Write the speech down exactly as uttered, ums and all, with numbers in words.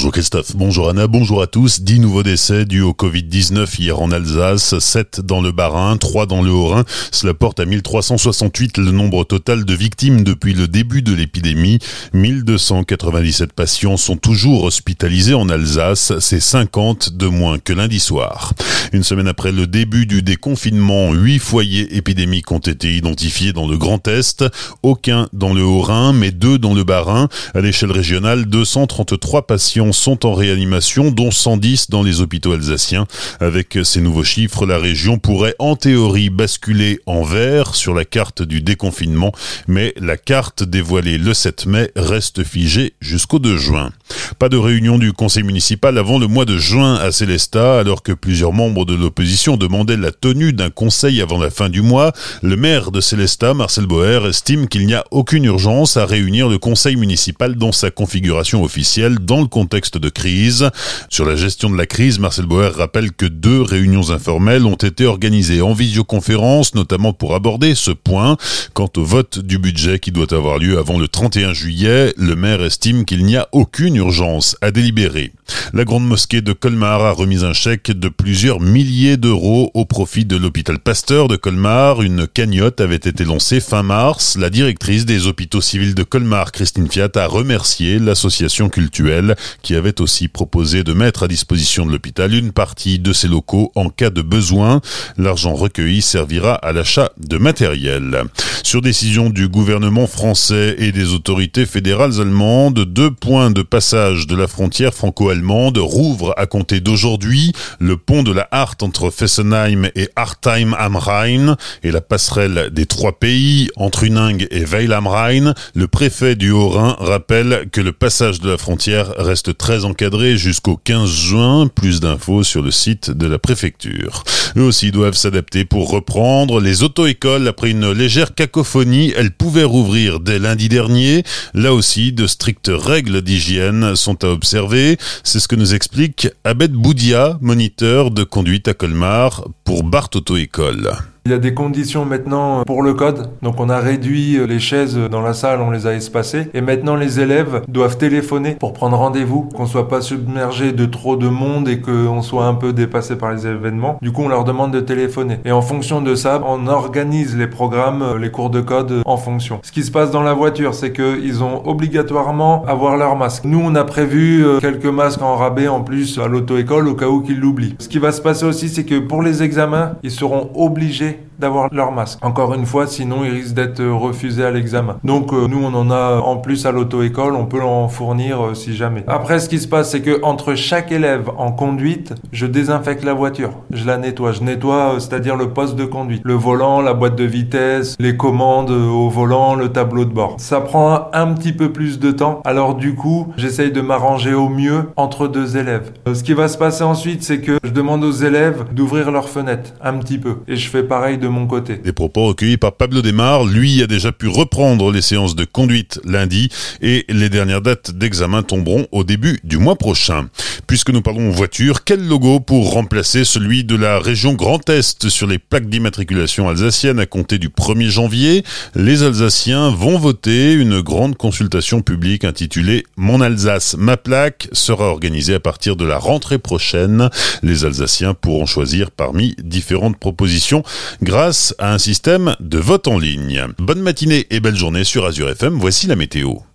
Bonjour Christophe, bonjour Anna, bonjour à tous. dix nouveaux décès dus au covid dix-neuf hier en Alsace, sept dans le Bas-Rhin, trois dans le Haut-Rhin. Cela porte à mille trois cent soixante-huit le nombre total de victimes depuis le début de l'épidémie. mille deux cent quatre-vingt-dix-sept patients sont toujours hospitalisés en Alsace, c'est cinquante de moins que lundi soir. Une semaine après le début du déconfinement, huit foyers épidémiques ont été identifiés dans le Grand Est, aucun dans le Haut-Rhin, mais deux dans le Bas-Rhin. À l'échelle régionale, deux cent trente-trois patients sont en réanimation, dont cent dix dans les hôpitaux alsaciens. Avec ces nouveaux chiffres, la région pourrait en théorie basculer en vert sur la carte du déconfinement, mais la carte dévoilée le sept mai reste figée jusqu'au deux juin. Pas de réunion du conseil municipal avant le mois de juin à Sélestat, alors que plusieurs membres de l'opposition demandaient la tenue d'un conseil avant la fin du mois. Le maire de Sélestat, Marcel Boer, estime qu'il n'y a aucune urgence à réunir le conseil municipal dans sa configuration officielle dans le contexte de crise. Sur la gestion de la crise, Marcel Boer rappelle que deux réunions informelles ont été organisées en visioconférence, notamment pour aborder ce point. Quant au vote du budget qui doit avoir lieu avant le trente et un juillet, le maire estime qu'il n'y a aucune urgence à délibérer. La grande mosquée de Colmar a remis un chèque de plusieurs milliers d'euros au profit de l'hôpital Pasteur de Colmar. Une cagnotte avait été lancée fin mars. La directrice des hôpitaux civils de Colmar, Christine Fiat, a remercié l'association cultuelle qui avait aussi proposé de mettre à disposition de l'hôpital une partie de ses locaux en cas de besoin. L'argent recueilli servira à l'achat de matériel. Sur décision du gouvernement français et des autorités fédérales allemandes, deux points de passage de la frontière franco-allemande rouvrent à compter d'aujourd'hui. Le pont de la Hart entre Fessenheim et Hartheim am Rhein et la passerelle des trois pays entre Huningue et Weil am Rhein. Le préfet du Haut-Rhin rappelle que le passage de la frontière reste très encadré jusqu'au quinze juin. Plus d'infos sur le site de la préfecture. Eux aussi doivent s'adapter pour reprendre. Les auto-écoles, après une légère cacophonie, elles pouvaient rouvrir dès lundi dernier. Là aussi, de strictes règles d'hygiène sont à observer. C'est ce que nous explique Abed Boudia, moniteur de conduite à Colmar pour Barth Auto-École. Il y a des conditions maintenant pour le code, donc on a réduit les chaises dans la salle, on les a espacées, et maintenant les élèves doivent téléphoner pour prendre rendez-vous, qu'on soit pas submergé de trop de monde et qu'on soit un peu dépassé par les événements. Du coup, on leur demande de téléphoner. Et en fonction de ça, on organise les programmes, les cours de code en fonction. Ce qui se passe dans la voiture, c'est qu'ils ont obligatoirement à avoir leur masque. Nous, on a prévu quelques masques en rabais en plus à l'auto-école au cas où qu'ils l'oublient. Ce qui va se passer aussi, c'est que pour les examens, ils seront obligés d'avoir leur masque. Encore une fois, sinon ils risquent d'être refusés à l'examen. Donc euh, nous on en a en plus à l'auto-école, on peut en fournir euh, si jamais. Après ce qui se passe, c'est que entre chaque élève en conduite, je désinfecte la voiture, je la nettoie, je nettoie euh, c'est-à-dire le poste de conduite, le volant, la boîte de vitesse, les commandes euh, au volant, le tableau de bord. Ça prend un, un petit peu plus de temps, alors du coup j'essaye de m'arranger au mieux entre deux élèves. Euh, ce qui va se passer ensuite, c'est que je demande aux élèves d'ouvrir leurs fenêtres un petit peu, et je fais pareil de mon côté. Des propos recueillis par Pablo Desmar, lui a déjà pu reprendre les séances de conduite lundi et les dernières dates d'examen tomberont au début du mois prochain. Puisque nous parlons voiture, quel logo pour remplacer celui de la région Grand Est sur les plaques d'immatriculation alsaciennes à compter du premier janvier? Les Alsaciens vont voter. Une grande consultation publique intitulée « Mon Alsace, ma plaque » sera organisée à partir de la rentrée prochaine. Les Alsaciens pourront choisir parmi différentes propositions grâce à un système de vote en ligne. Bonne matinée et belle journée sur Azure F M, voici la météo.